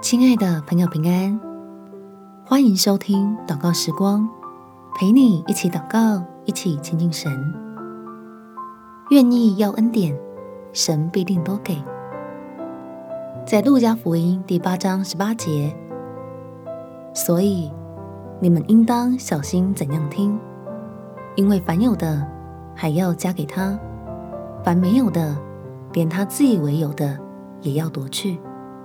亲爱的朋友平安，欢迎收听祷告时光，陪你一起祷告，一起亲近神。愿意要恩典，神必定多给。在路加福音第8章18节，所以你们应当小心怎样听，因为凡有的还要加给他，凡没有的，连他自以为有的也要夺去。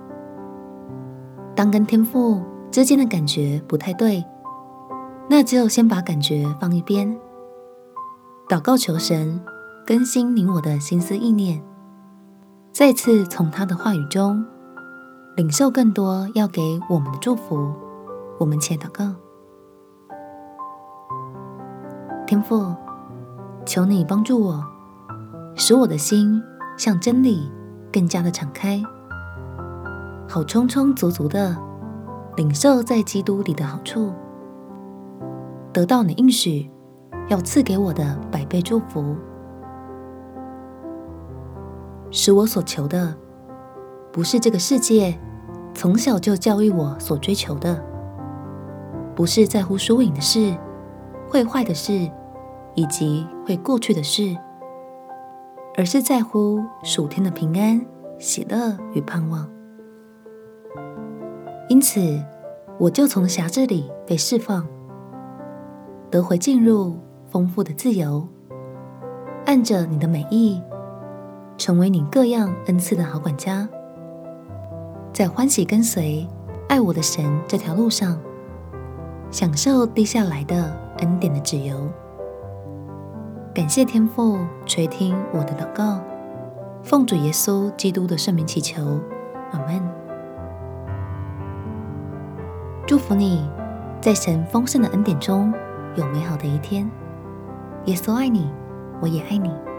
当跟天父之间的感觉不太对，那只有先把感觉放一边，祷告求神更新你我的心思意念，再次从他的话语中领受更多要给我们的祝福。我们且祷告。天父，求你帮助我，使我的心向真理更加的敞开，好充充足足的领受在基督里的好处，得到你应许要赐给我的100倍祝福，使我所求的不是这个世界从小就教育我所追求的，不是在乎输赢的事、会坏的事以及会过去的事，而是在乎属天的平安、喜乐与盼望。因此，我就从辖制里被释放，得回进入丰富的自由，按着你的美意，成为你各样恩赐的好管家，在欢喜跟随爱我的神这条路上，享受滴下来的恩典的脂油。感谢天父垂听我的祷告，奉主耶稣基督的圣名祈求，阿们。祝福你在神丰盛的恩典中有美好的一天。耶稣爱你，我也爱你。